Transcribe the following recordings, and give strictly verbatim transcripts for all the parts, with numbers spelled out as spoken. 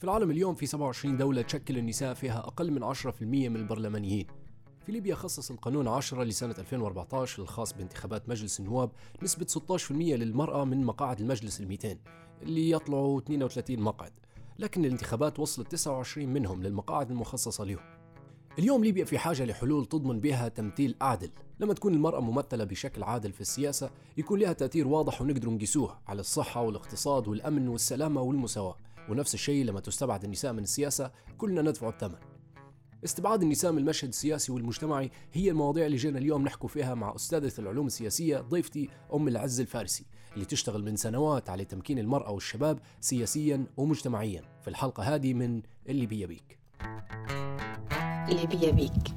في العالم اليوم في سبعة وعشرين دولة تشكل النساء فيها أقل من عشرة بالمئة من البرلمانيين. في ليبيا خصص القانون عشرة لسنة ألفين وأربعة عشر الخاص بانتخابات مجلس النواب نسبة ستة عشر بالمئة للمرأة من مقاعد المجلس المئتين اللي يطلعوا اثنين وثلاثين مقعد، لكن الانتخابات وصلت تسعة وعشرين منهم للمقاعد المخصصة لهم. اليوم ليبيا في حاجة لحلول تضمن بها تمثيل عادل. لما تكون المرأة ممثلة بشكل عادل في السياسة يكون لها تأثير واضح ونقدر نقيسوه على الصحة والاقتصاد والأمن والسلامة والمساواة، ونفس الشيء لما تستبعد النساء من السياسة كلنا ندفع الثمن. استبعاد النساء من المشهد السياسي والمجتمعي هي المواضيع اللي جينا اليوم نحكو فيها مع أستاذة العلوم السياسية ضيفتي أم العز الفارسي اللي تشتغل من سنوات على تمكين المرأة والشباب سياسيا ومجتمعيا في الحلقة هذه من اللي بيا بيك. اللي بيا بيك.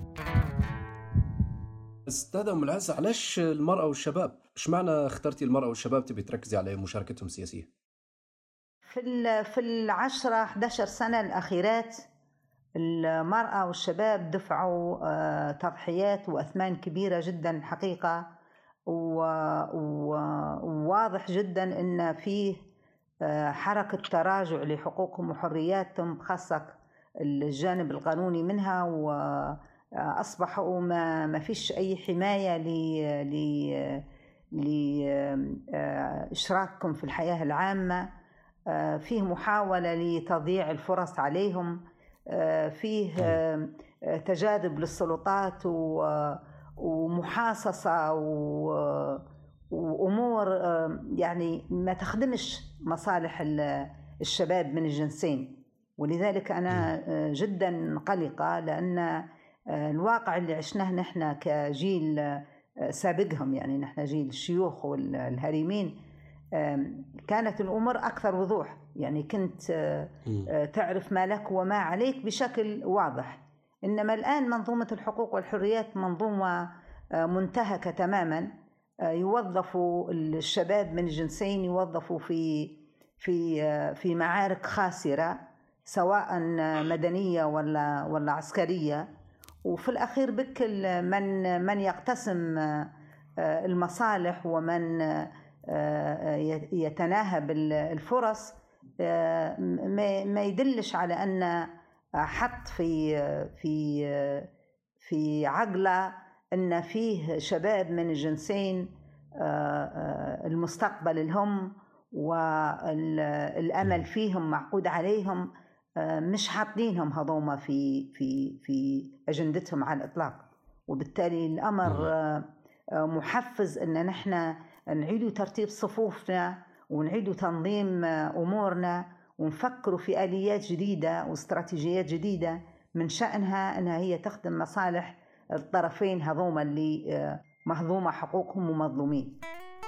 أستاذة أم العز، علاش المرأة والشباب؟ إيش معنى اخترتي المرأة والشباب تبي تركزي على مشاركتهم السياسية؟ في في العشرة إحدى عشرة سنة الأخيرات المرأة والشباب دفعوا تضحيات وأثمان كبيرة جدا حقيقة، وواضح جدا أن فيه حركة تراجع لحقوقهم وحرياتهم خاصة الجانب القانوني منها، وأصبحوا ما ما فيش أي حماية لإشراكهم في الحياة العامة. فيه محاولة لتضييع الفرص عليهم، فيه تجاذب للسلطات ومحاصصة وأمور يعني ما تخدمش مصالح الشباب من الجنسين. ولذلك أنا جدا قلقة، لأن الواقع اللي عشناه نحن كجيل سابقهم، يعني نحن جيل الشيوخ والهريمين، كانت الأمور أكثر وضوح، يعني كنت تعرف ما لك وما عليك بشكل واضح. إنما الآن منظومة الحقوق والحريات منظومة منتهكة تماما. يوظفوا الشباب من الجنسين يوظفوا في في في معارك خاسرة، سواء مدنية ولا ولا عسكرية، وفي الأخير بكل من من يقتسم المصالح ومن يتناهب الفرص ما يدلش على أن حط في في في عقله أن فيه شباب من الجنسين المستقبل لهم والأمل فيهم معقود عليهم، مش حاطينهم هضومة في في في أجندتهم على الإطلاق. وبالتالي الأمر محفز أن نحن نعيد ترتيب صفوفنا ونعيد تنظيم أمورنا ونفكروا في آليات جديدة واستراتيجيات جديدة من شأنها أنها هي تخدم مصالح الطرفين هذوما اللي مهضومة حقوقهم ومظلومين.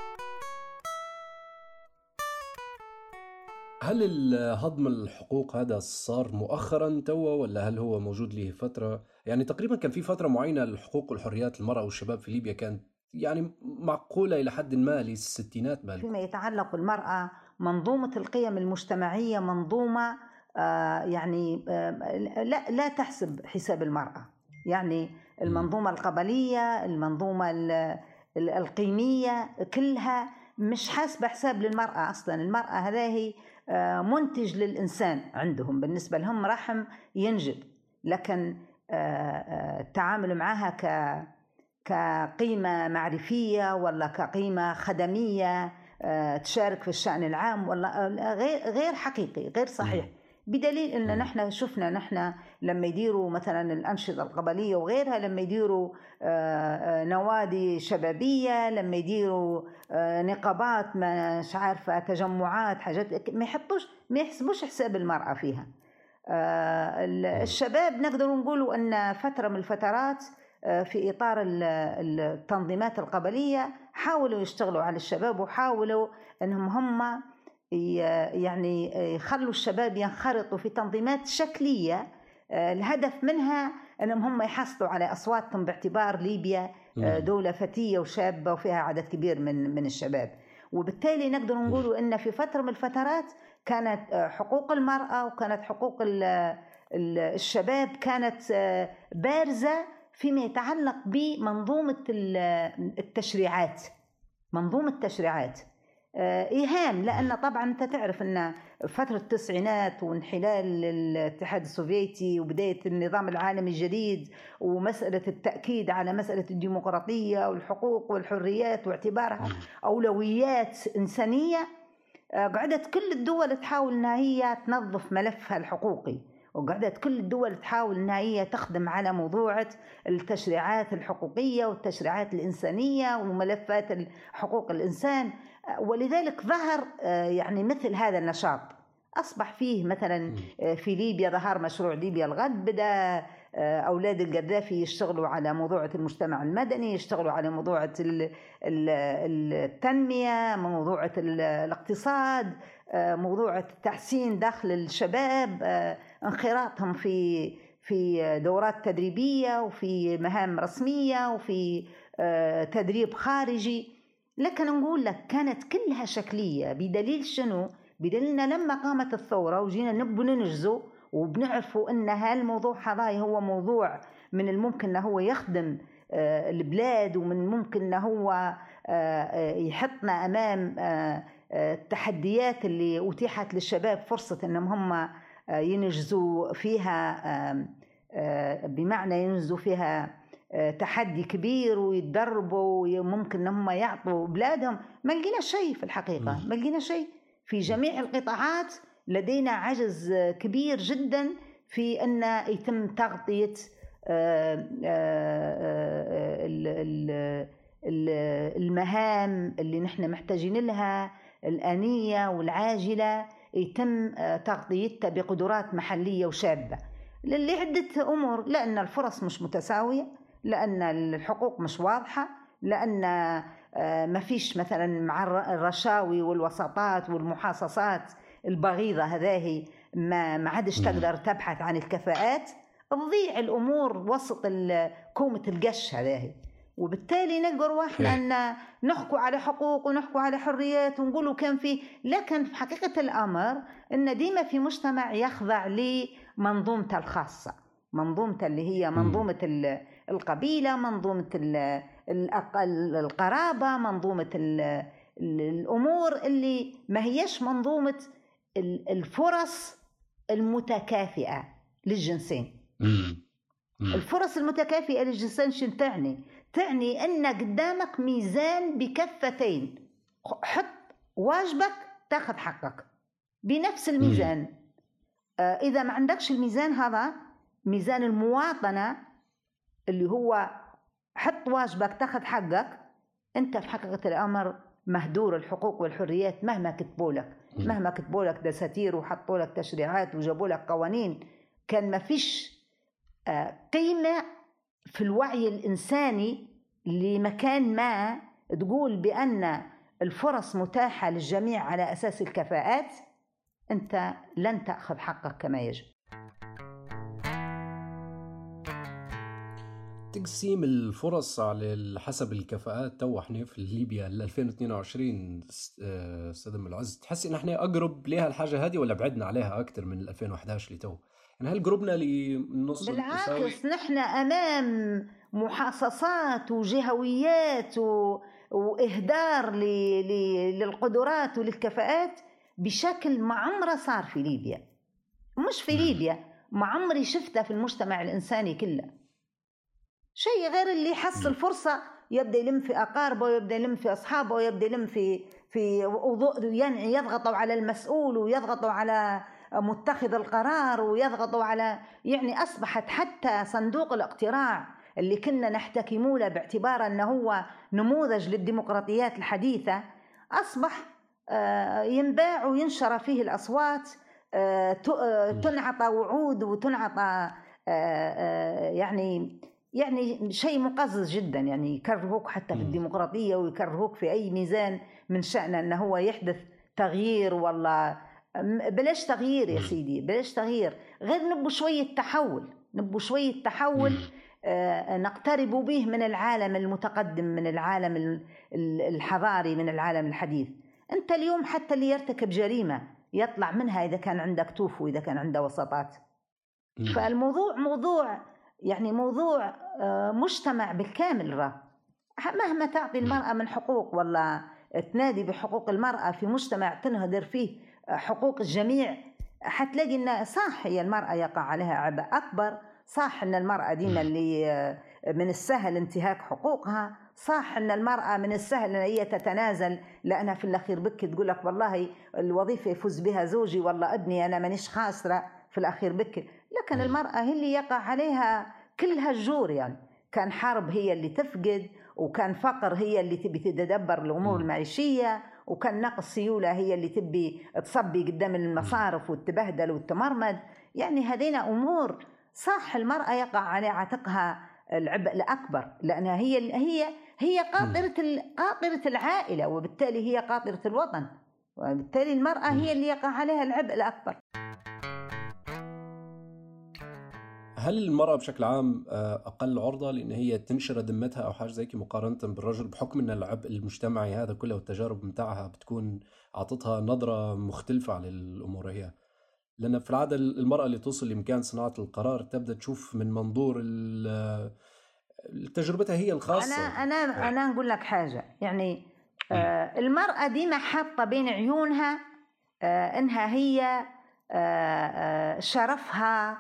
هل هضم الحقوق هذا صار مؤخرا توا ولا هل هو موجود له فترة؟ يعني تقريبا كان في فترة معينة الحقوق والحريات المرأة والشباب في ليبيا كانت يعني معقولة إلى حد ما للستينات. بل فيما يتعلق بالمرأة، منظومة القيم المجتمعية منظومة آه يعني آه لا لا تحسب حساب المرأة. يعني المنظومة القبلية، المنظومة القيمية كلها مش حاسبة حساب للمرأة أصلا. المرأة هذه آه منتج للإنسان عندهم، بالنسبة لهم رحم ينجب، لكن آه التعامل معها ك كقيمة معرفية ولا كقيمة خدمية تشارك في الشأن العام ولا غير غير حقيقي، غير صحيح. بدليل أن نحن شفنا نحن لما يديروا مثلا الأنشطة القبلية وغيرها، لما يديروا نوادي شبابية، لما يديروا نقابات مش عارفة تجمعات حاجات، ما يحطوش ما يحسبوش حساب المرأة فيها. الشباب نقدر نقولوا أن فترة من الفترات في إطار التنظيمات القبلية حاولوا يشتغلوا على الشباب، وحاولوا أنهم هم يعني يخلوا الشباب ينخرطوا في تنظيمات شكلية الهدف منها أنهم هم يحصلوا على أصواتهم، باعتبار ليبيا دولة فتية وشابة وفيها عدد كبير من من الشباب. وبالتالي نقدر نقولوا أن في فترة من الفترات كانت حقوق المرأة وكانت حقوق الشباب كانت بارزة فيما يتعلق بمنظومة التشريعات. منظومة التشريعات إيهام، لأن طبعا أنت تعرف أن فترة التسعينات وانحلال الاتحاد السوفيتي وبداية النظام العالمي الجديد ومسألة التأكيد على مسألة الديمقراطية والحقوق والحريات واعتبارها أولويات إنسانية، قعدت كل الدول تحاول أنها هي تنظف ملفها الحقوقي، وقعدت كل الدول تحاول أنها هي تخدم على موضوع التشريعات الحقوقية والتشريعات الإنسانية وملفات حقوق الإنسان. ولذلك ظهر يعني مثل هذا النشاط، أصبح فيه مثلا في ليبيا ظهر مشروع ليبيا الغد، بدأ أولاد القذافي يشتغلوا على موضوع المجتمع المدني، يشتغلوا على موضوع التنمية، موضوع الاقتصاد، موضوع تحسين دخل الشباب، انخراطهم في في دورات تدريبية وفي مهام رسمية وفي تدريب خارجي. لكن نقول لك كانت كلها شكلية. بدليل شنو؟ بدليلنا لما قامت الثورة وجينا نبغى ننجزه وبنعرفوا أن هالموضوع هذا هو موضوع من الممكن أنه هو يخدم البلاد، ومن الممكن أنه هو يحطنا أمام التحديات اللي أتيحت للشباب فرصة أنهم هم ينجزوا فيها، بمعنى ينجزوا فيها تحدي كبير ويتدربوا وممكن أنهم يعطوا بلادهم. ما لقينا شيء في الحقيقة، ما لقينا شيء في جميع القطاعات. لدينا عجز كبير جدا في أن يتم تغطية المهام اللي نحن محتاجين لها الآنية والعاجلة، يتم تغطيتها بقدرات محلية وشابة لعدة أمور. لأن الفرص مش متساوية، لأن الحقوق مش واضحة، لأن ما فيش مثلا مع الرشاوي والوساطات والمحاصصات البغيضة هذه ما ما عادش تقدر تبحث عن الكفاءات، تضيع الأمور وسط كومة القش هذه. وبالتالي نقدر احنا ان نحكوا على حقوق ونحكوا على حريات ونقولوا كان في، لكن في حقيقة الأمر ان ديما في مجتمع يخضع لمنظومته الخاصة، منظومته اللي هي منظومة القبيلة، منظومة القرابة، منظومة الأمور اللي ما هيش منظومة الفرص المتكافئة للجنسين. الفرص المتكافئة للجنسين شن تعني؟ تعني أن قدامك ميزان بكفتين، حط واجبك تاخذ حقك بنفس الميزان. آه إذا ما عندكش الميزان هذا، ميزان المواطنة اللي هو حط واجبك تاخذ حقك، أنت في حقيقة الأمر مهدور الحقوق والحريات مهما كتبوا لك، مهما كتبوا لك دساتير وحطوا لك تشريعات وجابوا لك قوانين. كان ما فيش قيمة في الوعي الإنساني لمكان ما تقول بأن الفرص متاحة للجميع على أساس الكفاءات، أنت لن تأخذ حقك كما يجب. تقسيم الفرص على حسب الكفاءات تو احنا في ليبيا ألفين واثنين وعشرين استاذ ام العز، تحسي ان احنا اقرب لها الحاجه هذه ولا بعدنا عليها اكثر من ألفين وإحدى عشر اللي تو؟ يعني هل قربنا للنص المتساوي؟ بالعكس، نحن امام محاصصات وجهويات و... واهدار ل... ل... للقدرات وللكفاءات بشكل ما عمره صار في ليبيا. مش في ليبيا، ما عمري شفتها في المجتمع الانساني كله. شيء غير اللي يحصل فرصة يبدأ يلم في أقاربه ويبدأ يلم في أصحابه ويبدأ يلم في في يعني يضغطوا على المسؤول ويضغطوا على متخذ القرار ويضغطوا على، يعني أصبحت حتى صندوق الاقتراع اللي كنا نحتكم له باعتبار أنه هو نموذج للديمقراطيات الحديثة، أصبح ينباع وينشر فيه الأصوات، تنعطى وعود وتنعطى يعني يعني شيء مقزز جدا. يعني يكرهوك حتى في الديمقراطية ويكرهوك في أي ميزان من شأنه أنه هو يحدث تغيير. والله بلاش تغيير يا سيدي، بلاش تغيير، غير نبو شوية تحول، نبو شوية تحول آه نقترب به من العالم المتقدم، من العالم الحضاري، من العالم الحديث. أنت اليوم حتى اللي يرتكب جريمة يطلع منها إذا كان عندك توف وإذا كان عنده وساطات. فالموضوع موضوع يعني موضوع مجتمع بالكامل. راه مهما تعطي المرأة من حقوق ولا تنادي بحقوق المرأة في مجتمع تنهدر فيه حقوق الجميع، حتلاقي أن صح هي المرأة يقع عليها عبء أكبر، صح أن المرأة ديما اللي من السهل انتهاك حقوقها، صح أن المرأة من السهل أن هي تتنازل لأنها في الأخير بك تقول لك والله الوظيفة يفوز بها زوجي والله ابني أنا مانيش خاسرة في الأخير بك. لكن المرأة هي اللي يقع عليها كل هالجور، يعني كان حرب هي اللي تفقد، وكان فقر هي اللي تبي تتدبر الأمور المعيشية، وكان نقص سيولة هي اللي تبي تصبي قدام المصارف وتبهدل وتمرمد. يعني هذين أمور صح المرأة يقع على عاتقها العبء الأكبر، لأنها هي هي هي قاطرة قاطرة العائلة، وبالتالي هي قاطرة الوطن، وبالتالي المرأة هي اللي يقع عليها العبء الأكبر. هل المرأة بشكل عام أقل عرضة لأن هي تنشر ذمتها أو حاجة زي كده مقارنة بالرجل، بحكم أن العبء المجتمعي هذا كله والتجارب متاعها بتكون عطتها نظرة مختلفة على الأمور هي؟ لأن في العادة المرأة اللي توصل لمكان صناعة القرار تبدأ تشوف من منظور تجربتها هي الخاصة. أنا أنا أنا نقول لك حاجة، يعني آه المرأة دي ما حاطة بين عيونها آه إنها هي آه آه شرفها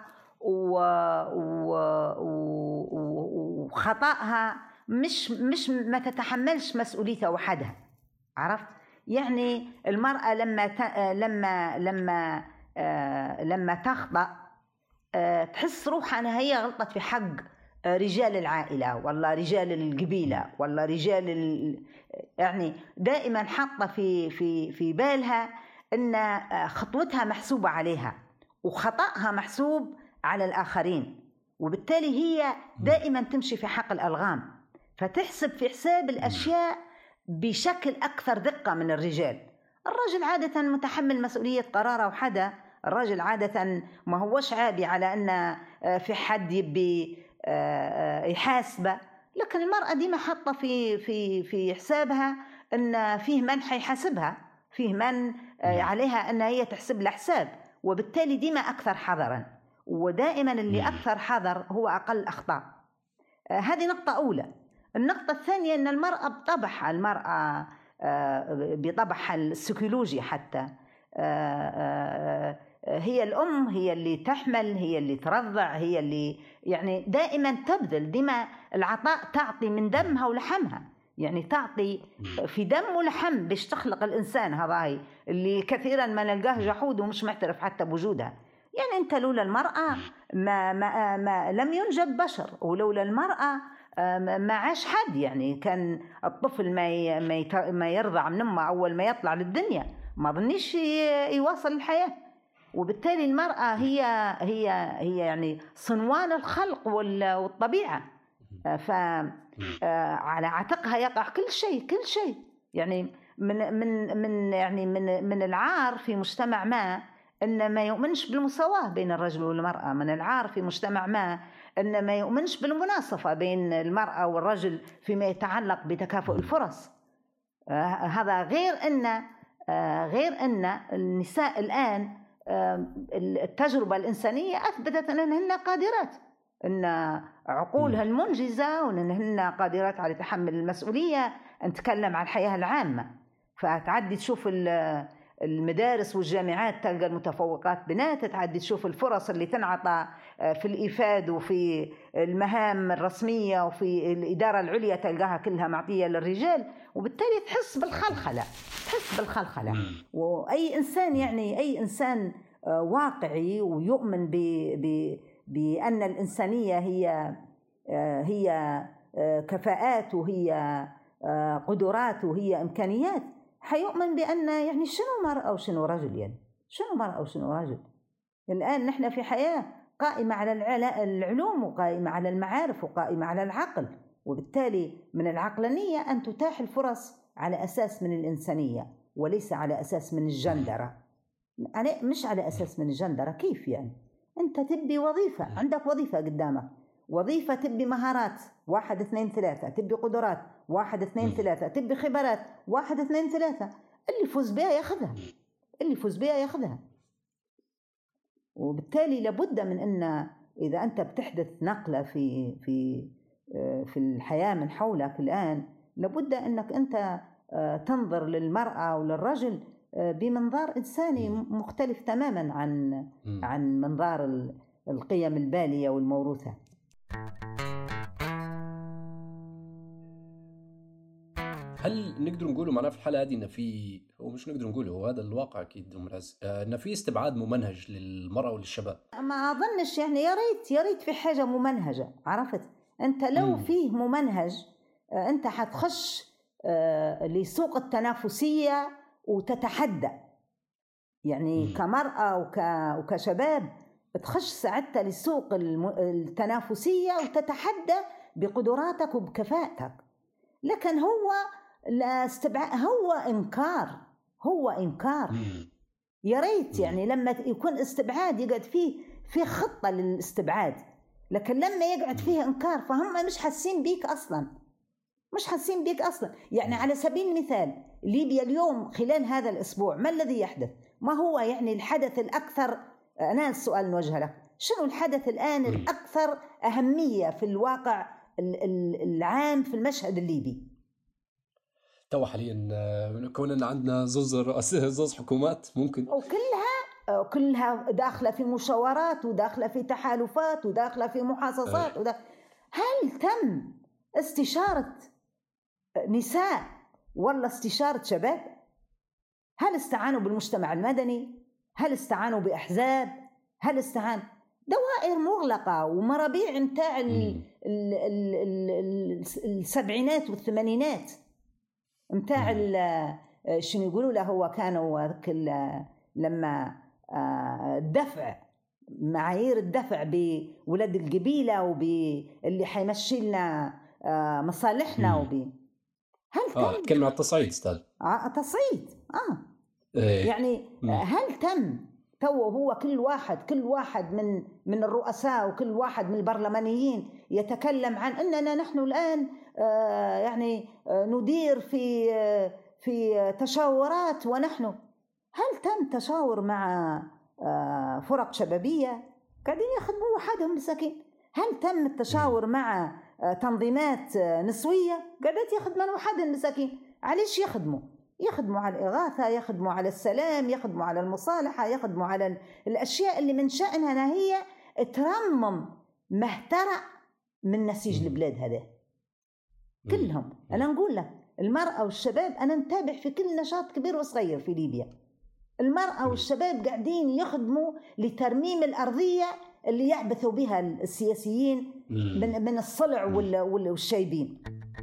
وخطأها مش مش ما تتحملش مسؤوليتها وحدها، عرفت؟ يعني المرأة لما ت... لما لما آه لما تخطأ آه تحس روحها أنها هي غلطت في حق رجال العائلة ولا رجال القبيلة ولا رجال ال... يعني دائما حاطة في في في بالها أن خطوتها محسوبة عليها وخطأها محسوب على الآخرين، وبالتالي هي دائما تمشي في حق الألغام، فتحسب في حساب الأشياء بشكل أكثر دقة من الرجال. الرجل عادة متحمل مسؤولية قراره وحده، الرجل عادة ما هوش عابي على أن في حد يبي يحاسبه، لكن المرأة دي ما حاطة في في في حسابها أن فيه من حيحاسبها، فيه من عليها أن هي تحسب له حساب، وبالتالي ديما أكثر حذرا، ودائما اللي أكثر حذر هو أقل أخطاء. آه هذه نقطة أولى. النقطة الثانية أن المرأة بطبعها المرأة آه بطبعها السيكولوجي حتى آه آه هي الأم، هي اللي تحمل، هي اللي ترضع، هي اللي يعني دائما تبذل، ديما العطاء تعطي من دمها ولحمها، يعني تعطي في دم ولحم باش تخلق الإنسان هذا اللي كثيرا ما نلقاه جحود ومش معترف حتى بوجودها. يعني أنت لولا المرأة ما, ما, ما لم ينجب بشر، ولولا المرأة ما عاش حد، يعني كان الطفل ما ما يرضع من أمه أول ما يطلع للدنيا ما ظنيش يواصل الحياة. وبالتالي المرأة هي هي هي يعني صنوان الخلق والطبيعة، فعلى عاتقها يقع كل شيء كل شيء. يعني من من من يعني من من العار في مجتمع ما أن ما يؤمنش بالمساواة بين الرجل والمرأة، من العار في مجتمع ما أن ما يؤمنش بالمناصفة بين المرأة والرجل فيما يتعلق بتكافؤ الفرص. آه هذا غير أن آه غير أن النساء الآن آه التجربة الإنسانية أثبتت أنهن قادرات، أن عقولها المنجزة، وأنهن قادرات على تحمل المسؤولية. نتكلم عن الحياة العامة، فتعدي تشوف المدارس والجامعات تلقى المتفوقات بنات، تعدي تشوف الفرص اللي تنعطى في الإفاد وفي المهام الرسمية وفي الإدارة العليا تلقاها كلها معطية للرجال، وبالتالي تحس بالخلخلة تحس بالخلخلة وأي إنسان يعني أي إنسان واقعي ويؤمن ب ب بأن الإنسانية هي هي كفاءات وهي قدرات وهي إمكانيات، حيؤمن بأن يعني شنو مرأة وشنو رجل، يعني شنو مرأة وشنو رجل. الآن نحن في حياة قائمة على العلوم وقائمة على المعارف وقائمة على العقل، وبالتالي من العقلانية أن تتاح الفرص على أساس من الإنسانية وليس على أساس من الجندرة. مش على أساس من الجندرة. كيف يعني؟ أنت تبي وظيفة، عندك وظيفة قدامك، وظيفة تبي مهارات واحد اثنين ثلاثة، تبي قدرات واحد اثنين ثلاثة، تبي خبرات واحد اثنين ثلاثة، اللي يفوز بها ياخذها اللي يفوز بها ياخذها. وبالتالي لابد من أن إذا أنت بتحدث نقلة في في في الحياة من حولك الآن، لابد أنك أنت تنظر للمرأة وللرجل بمنظار إنساني مختلف تماما عن عن منظار القيم البالية والموروثة. هل نقدر نقوله معنا في الحالة هذه إن في، هو مش نقدر نقوله، هو هذا الواقع أكيد مرز، إن في استبعاد ممنهج للمرأة وللشباب؟ ما أظنش، يعني يا ريت يا ريت في حاجة ممنهجة. عرفت أنت لو مم. فيه ممنهج أنت حتخش لسوق التنافسية وتتحدى، يعني مم. كمرأة وك... وكشباب تخش ساعتها لسوق التنافسية وتتحدى بقدراتك وبكفاءتك. لكن هو لا استبعاد، هو إنكار، هو إنكار. يا ريت يعني لما يكون استبعاد يقعد فيه في خطة للاستبعاد، لكن لما يقعد فيه إنكار فهم مش حاسين بيك أصلا، مش حاسين بيك أصلا. يعني على سبيل المثال ليبيا اليوم خلال هذا الأسبوع ما الذي يحدث؟ ما هو يعني الحدث الأكثر؟ أنا السؤال نوجه لك، شنو الحدث الآن الأكثر أهمية في الواقع العام في المشهد الليبي؟ تو حاليا كوننا عندنا زوز رؤساء، زوز حكومات ممكن، وكلها كلها داخله في مشاورات وداخله في تحالفات وداخله في محاصصات وداخل. هل تم استشاره نساء ولا استشاره شباب؟ هل استعانوا بالمجتمع المدني؟ هل استعانوا بأحزاب؟ هل استعان دوائر مغلقة ومرابيع متاع السبعينات والثمانينات متاع شنو يقولوا له، هو كانوا لما الدفع، معايير الدفع بولاد القبيلة وباللي حيمشي لنا مصالحنا وب هل تم اه كلمة التصعيد استاذ اه تصعيد اه إيه. يعني مم. هل تم تو هو كل واحد كل واحد من من الرؤساء وكل واحد من البرلمانيين يتكلم عن اننا نحن الان آه يعني آه ندير في آه في تشاورات، ونحن هل تم تشاور مع آه فرق شبابيه قاعدين يخدموا وحدهم مساكين؟ هل تم التشاور مع آه تنظيمات آه نسويه قاعدات يخدموا وحدهم مساكين؟ علاش يخدموا؟ يخدموا على الإغاثة، يخدموا على السلام، يخدموا على المصالحة، يخدموا على الأشياء اللي من شأنها هي ترمم مهترع من نسيج البلاد هذا كلهم. أنا نقول لك المرأة والشباب، أنا نتابع في كل نشاط كبير وصغير في ليبيا، المرأة والشباب قاعدين يخدموا لترميم الأرضية اللي يعبثوا بها السياسيين من من الصلع والشايبين.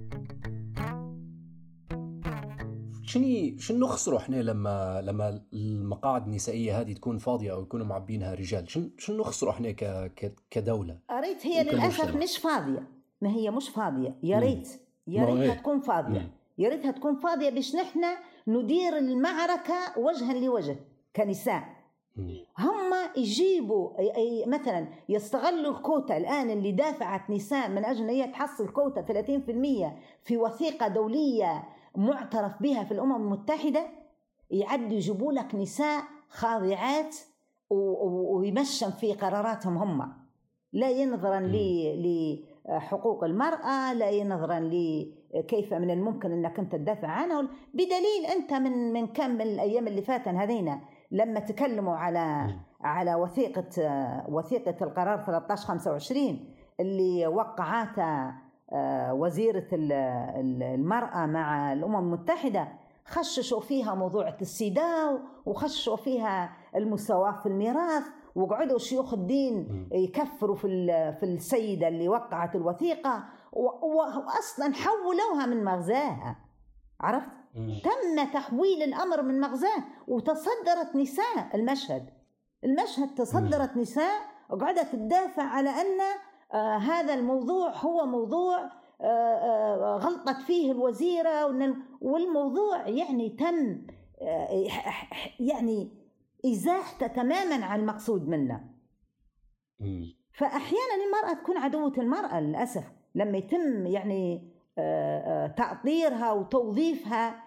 شنو شنو نخسروا احنا لما لما المقاعد النسائيه هذه تكون فاضيه او يكونوا معبينها رجال؟ شنو شنو نخسروا احنا ك كدوله؟ ريت هي للاسف مش فاضيه، ما هي مش فاضيه. يا ريت يا ريتها تكون فاضيه، يا ريتها تكون فاضيه باش نحن ندير المعركه وجها لوجه كنساء. هم يجيبوا مثلا يستغلوا الكوتا الان اللي دافعت نساء من اجل ان هي تحصل كوتا ثلاثين بالمئة في وثيقه دوليه معترف بها في الأمم المتحدة، يعد يجيبوا لك نساء خاضعات ويمشن في قراراتهم هم، لا ينظرا لحقوق المرأة، لا ينظرا لكيف من الممكن أنك أنت تدافع عنها. بدليل أنت من من كم من الأيام اللي فاتن هذينا لما تكلموا على على وثيقة وثيقة القرار ثلاثة عشر خمسة وعشرين اللي وقعتها وزيرة المرأة مع الأمم المتحدة، خششوا فيها موضوع السيداو وخششوا فيها المساواة في الميراث، وقعدوا شيوخ الدين يكفروا في في السيدة اللي وقعت الوثيقة، وأصلا حولوها من مغزاها. عرفت؟ تم تحويل الأمر من مغزاه، وتصدرت نساء المشهد المشهد تصدرت نساء وقعدت تدافع على أن آه هذا الموضوع هو موضوع آه آه غلطت فيه الوزيرة، والموضوع يعني تم آه يعني إزاحته تماما عن المقصود منه. فأحيانا المرأة تكون عدوة المرأة للأسف لما يتم يعني آه آه تأطيرها وتوظيفها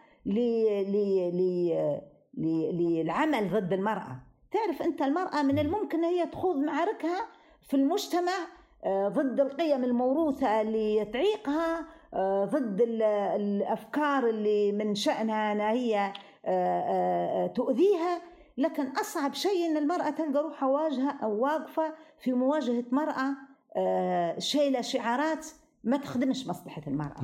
للعمل ضد المرأة. تعرف أنت المرأة من الممكن هي تخوض معاركها في المجتمع ضد القيم الموروثة اللي تعيقها ضد الأفكار اللي من شأنها أن هي تؤذيها. لكن أصعب شيء أن المرأة تلقى روحها واجهة أو واقفة في مواجهة مرأة شايلة شعارات ما تخدمش مصلحة المرأة.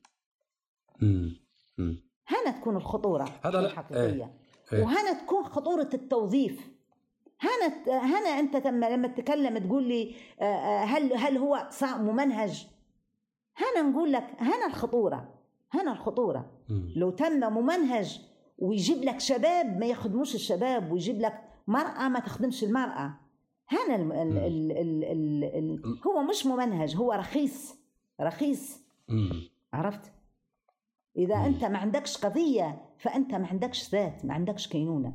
هنا تكون الخطورة الحقيقية. ايه. وهنا تكون خطورة التوظيف. هنا هنا أنت لما تتكلم تقول لي هل هل هو ممنهج؟ هنا نقول لك هنا الخطورة. هنا الخطورة مم. لو تم ممنهج ويجيب لك شباب ما يخدموش الشباب، ويجيب لك مرأة ما تخدمش المرأة، هنا ال ال ال ال ال ال هو مش ممنهج، هو رخيص رخيص. مم. عرفت؟ إذا مم. أنت ما عندكش قضية فأنت ما عندكش ذات، ما عندكش كينونة.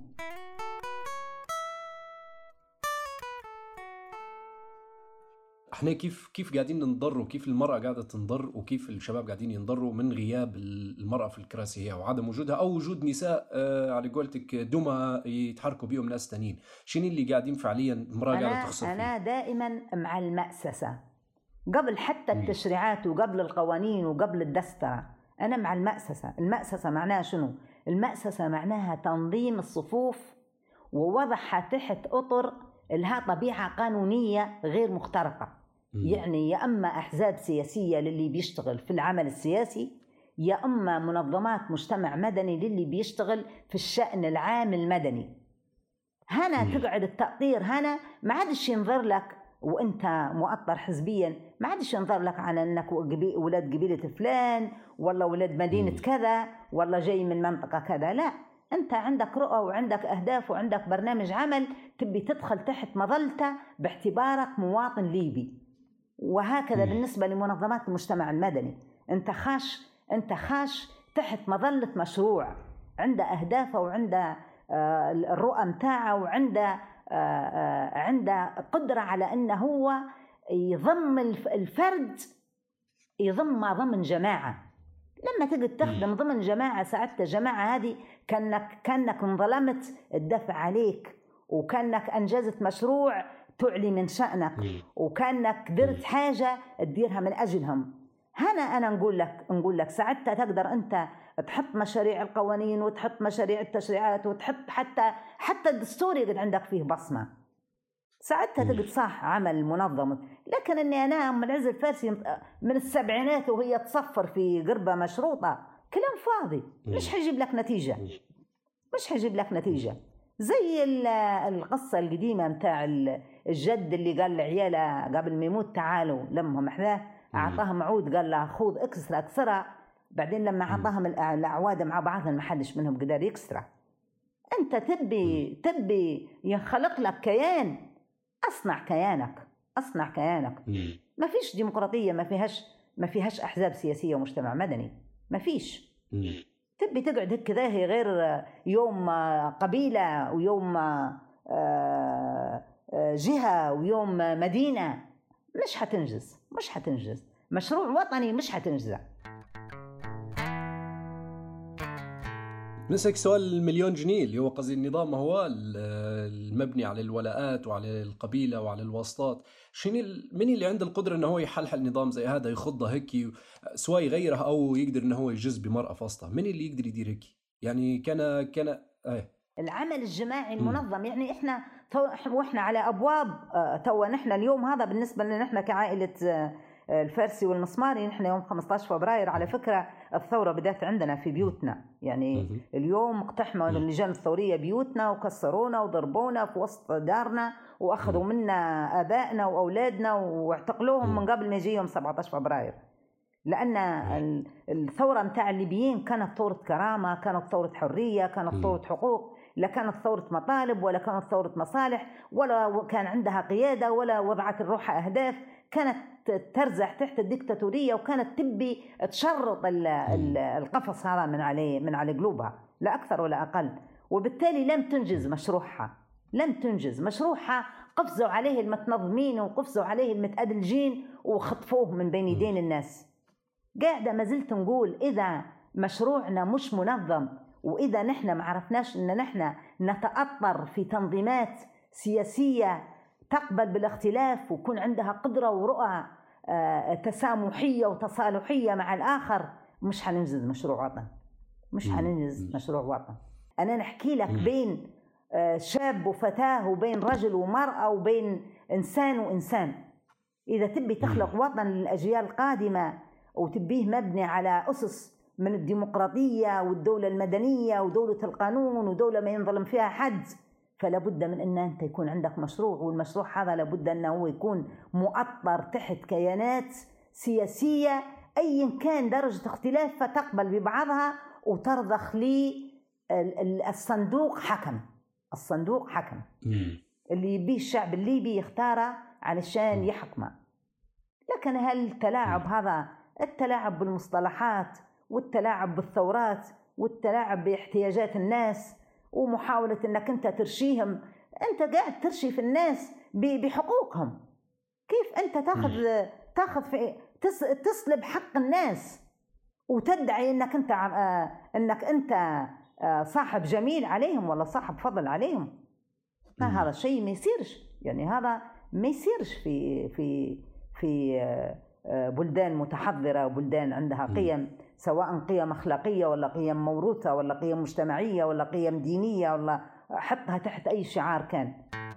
احنا كيف كيف قاعدين ننضر، وكيف المرأة قاعدة تنضر، وكيف الشباب قاعدين ينضروا من غياب المرأة في الكراسي هي وعدم وجودها، أو وجود نساء آه على قولتك دمى يتحركوا بيهم ناس تانيين. شنو اللي قاعدين فعليا المرأة قاعدة تخسر فيه؟ أنا دائما مع المأسسة قبل حتى التشريعات وقبل القوانين وقبل الدسترة. أنا مع المأسسة. المأسسة معناها شنو؟ المأسسة معناها تنظيم الصفوف ووضعها تحت أطر لها طبيعة قانونية غير مخترقة. يعني يا أما أحزاب سياسية للي بيشتغل في العمل السياسي، يا أما منظمات مجتمع مدني للي بيشتغل في الشأن العام المدني. هنا تقعد التأطير، هنا ما عادش ينظر لك وأنت مؤطر حزبيا، ما عادش ينظر لك على أنك ولاد قبيلة فلان ولا ولاد مدينة كذا ولا جاي من منطقة كذا. لا، أنت عندك رؤى وعندك أهداف وعندك برنامج عمل تبي تدخل تحت مظلته باعتبارك مواطن ليبي. وهكذا بالنسبة لمنظمات المجتمع المدني، أنت خاش أنت خاش تحت مظلة مشروع عنده أهدافه وعنده الرؤى متاعه وعنده عنده قدرة على أنه هو يضم الفرد، يضم ضمن جماعة. لما تقدر تخدم ضمن جماعة ساعتها الجماعة هذه كأنك كأنك انظلمت الدفع عليك، وكأنك أنجزت مشروع تعلي من شأنك، وكأنك درت حاجة تديرها من أجلهم. هنا أنا نقول لك نقول لك ساعتها تقدر أنت تحط مشاريع القوانين وتحط مشاريع التشريعات وتحط حتى حتى الدستور يقعد عندك فيه بصمة. ساعتها تقعد صح عمل منظم. لكن إني أنا أم العز الفارسي من السبعينات وهي تصفر في قربة مشروطة، كلام فاضي، مش حيجيب لك نتيجة، مش حيجيب لك نتيجة. زي القصة القديمة متاع الجد اللي قال لعياله قبل ما يموت تعالوا لمهم أحذاه، أعطاهم عود قال له خذ اكسر اكسرها، بعدين لما أعطاهم الأعواد مع بعضهم ما حدش منهم قدر يكسرها. أنت تبي تبي ينخلق لك كيان، أصنع كيانك، أصنع كيانك. ما فيش ديمقراطية ما فيهاش ما فيهاش أحزاب سياسية ومجتمع مدني، ما فيش. تبي تقعد هيك ذاهي غير يوم قبيلة ويوم جهة ويوم مدينة، مش حتنجز مش حتنجز مشروع وطني، مش حتنجزه. نسألك سؤال المليون جنيه اللي هو قصدي النظام هو المبني على الولاءات وعلى القبيلة وعلى الواسطات. شنو من اللي عنده القدرة انه هو يحلحل نظام زي هذا يخضه هيك سواء يغيره او يقدر انه هو يجز بمرأة فاسطة؟ من اللي يقدر يدير هيك؟ يعني كان كان ايه العمل الجماعي المنظم. م. يعني احنا واحنا على ابواب تو نحن اليوم هذا بالنسبة لنا نحن كعائلة الفارسي والمسماري، نحن يوم خمسة عشر فبراير على فكرة الثورة بدأت عندنا في بيوتنا. يعني اليوم اقتحموا اللجان الثورية بيوتنا وكسرونا وضربونا في وسط دارنا وأخذوا منا آبائنا وأولادنا واعتقلوهم من قبل ما يجي يوم سبعة عشر فبراير. لأن الثورة متاع الليبيين كانت ثورة كرامة، كانت ثورة حرية، كانت ثورة حقوق، لا كانت ثورة مطالب ولا كانت ثورة مصالح ولا كان عندها قيادة ولا وضعت الروح أهداف. كانت ترزح تحت الدكتاتورية وكانت تبي تشرط القفص هذا من عليه من على قلوبها، لا أكثر ولا أقل. وبالتالي لم تنجز مشروعها لم تنجز مشروعها قفزوا عليه المتنظمين وقفزوا عليه المتأدلجين وخطفوه من بين يدين الناس. قاعدة ما زلت نقول إذا مشروعنا مش منظم، وإذا نحن ما عرفناش إن نحن نتأطر في تنظيمات سياسية تقبل بالاختلاف ويكون عندها قدرة ورؤى تسامحية وتصالحية مع الآخر، مش حننجز مشروع وطن، مش حننجز مشروع وطن. أنا نحكي لك بين شاب وفتاة، وبين رجل ومرأة، وبين إنسان وإنسان. إذا تبي تخلق وطن للأجيال القادمة وتبيه مبني على أسس من الديمقراطية والدولة المدنية ودولة القانون ودولة ما ينظلم فيها حد، فلا بد من أن أنت يكون عندك مشروع، والمشروع هذا لابد أنه يكون مؤطر تحت كيانات سياسية أيا كان درجة اختلافها تقبل ببعضها وترضخ لي الصندوق حكم. الصندوق حكم اللي يبيه الشعب الليبي يختاره علشان يحكمه. لكن هالتلاعب هذا، التلاعب بالمصطلحات والتلاعب بالثورات والتلاعب باحتياجات الناس ومحاولة أنك أنت ترشيهم، أنت قاعد ترشي في الناس بحقوقهم. كيف أنت تاخذ تاخذ في تسلب حق الناس وتدعي أنك أنت أنك أنت صاحب جميل عليهم ولا صاحب فضل عليهم؟ هذا شيء ما يصيرش، يعني هذا ما يصيرش في في في بلدان متحضرة وبلدان عندها قيم، سواء قيم أخلاقية ولا قيم موروثة ولا قيم مجتمعية ولا قيم دينية، ولا حطها تحت أي شعار كان.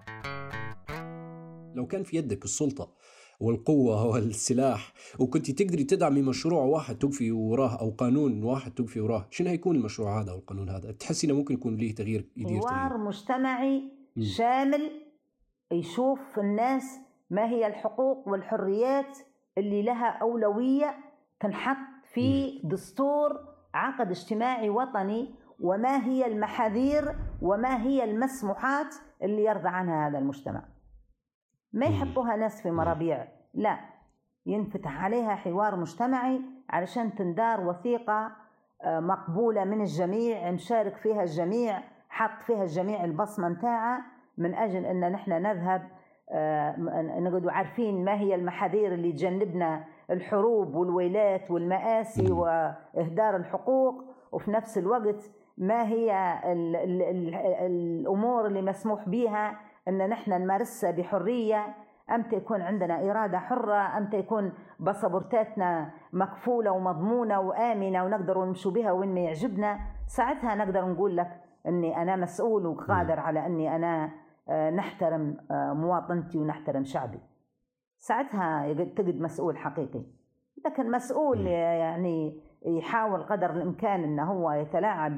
لو كان في يدك السلطة والقوة والسلاح وكنت تقدري تدعمي مشروع واحد توقفي وراه أو قانون واحد توقفي وراه، شنو هيكون المشروع هذا أو القانون هذا؟ تحسي إنه ممكن يكون ليه تغيير يدير حوار تغيير مجتمعي شامل يشوف في الناس ما هي الحقوق والحريات اللي لها أولوية تنحط في دستور عقد اجتماعي وطني، وما هي المحاذير وما هي المسموحات اللي يرضى عنها هذا المجتمع. ما يحطوها ناس في مرابيع، لا، ينفتح عليها حوار مجتمعي علشان تندار وثيقة مقبولة من الجميع، مشارك فيها الجميع، حط فيها الجميع البصمة متاعها، من أجل أن نحن نذهب نقعدوا عارفين ما هي المحاذير اللي تجنبنا الحروب والويلات والمآسي وإهدار الحقوق، وفي نفس الوقت ما هي ال ال ال الأمور اللي مسموح بها أن نحن نمارسها بحرية، أمتى يكون عندنا إرادة حرة، أمتى يكون باسبورتاتنا مكفولة ومضمونة وآمنة ونقدر نمشي بها وين ما يعجبنا. ساعتها نقدر نقول لك أني أنا مسؤول وقادر على أني أنا نحترم مواطنتي ونحترم شعبي. ساعتها تجد مسؤول حقيقي. لكن مسؤول يعني يحاول قدر الإمكان أنه هو يتلاعب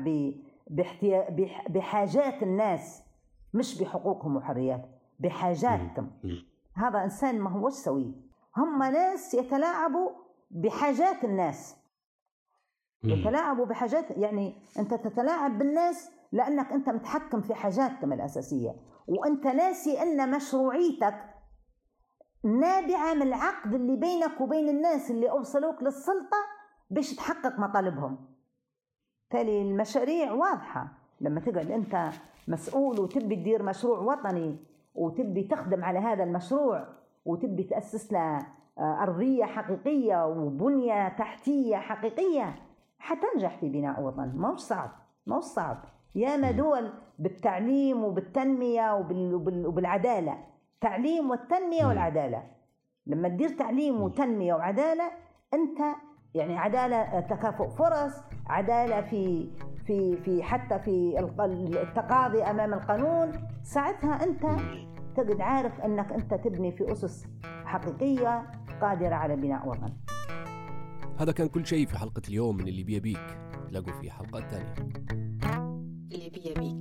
بحاجات الناس مش بحقوقهم وحرياتهم، بحاجاتهم، هذا إنسان ما هوش سوي. هم ناس يتلاعبوا بحاجات الناس، يتلاعبوا بحاجات، يعني أنت تتلاعب بالناس لأنك أنت متحكم في حاجاتهم الأساسية، وأنت ناسي أن مشروعيتك نابعة من العقد اللي بينك وبين الناس اللي أوصلوك للسلطة باش تحقق مطالبهم. تالي المشاريع واضحة. لما تقعد أنت مسؤول وتبي تدير مشروع وطني وتبي تخدم على هذا المشروع وتبي تأسس له أرضية حقيقية وبنية تحتية حقيقية، حتنجح في بناء وطن. موش صعب، موش صعب. ياما دول بالتعليم وبالتنمية وبالعدالة، تعليم والتنمية والعدالة. لما تدير تعليم وتنمية وعدالة، أنت يعني عدالة تكافؤ فرص، عدالة في في في حتى في التقاضي أمام القانون، ساعتها أنت تقدر عارف أنك أنت تبني في أسس حقيقية قادرة على بناء وطن. هذا كان كل شيء في حلقة اليوم من اللي بيا بيك. تلاقوا في حلقات تانية. اللي بيا بيك.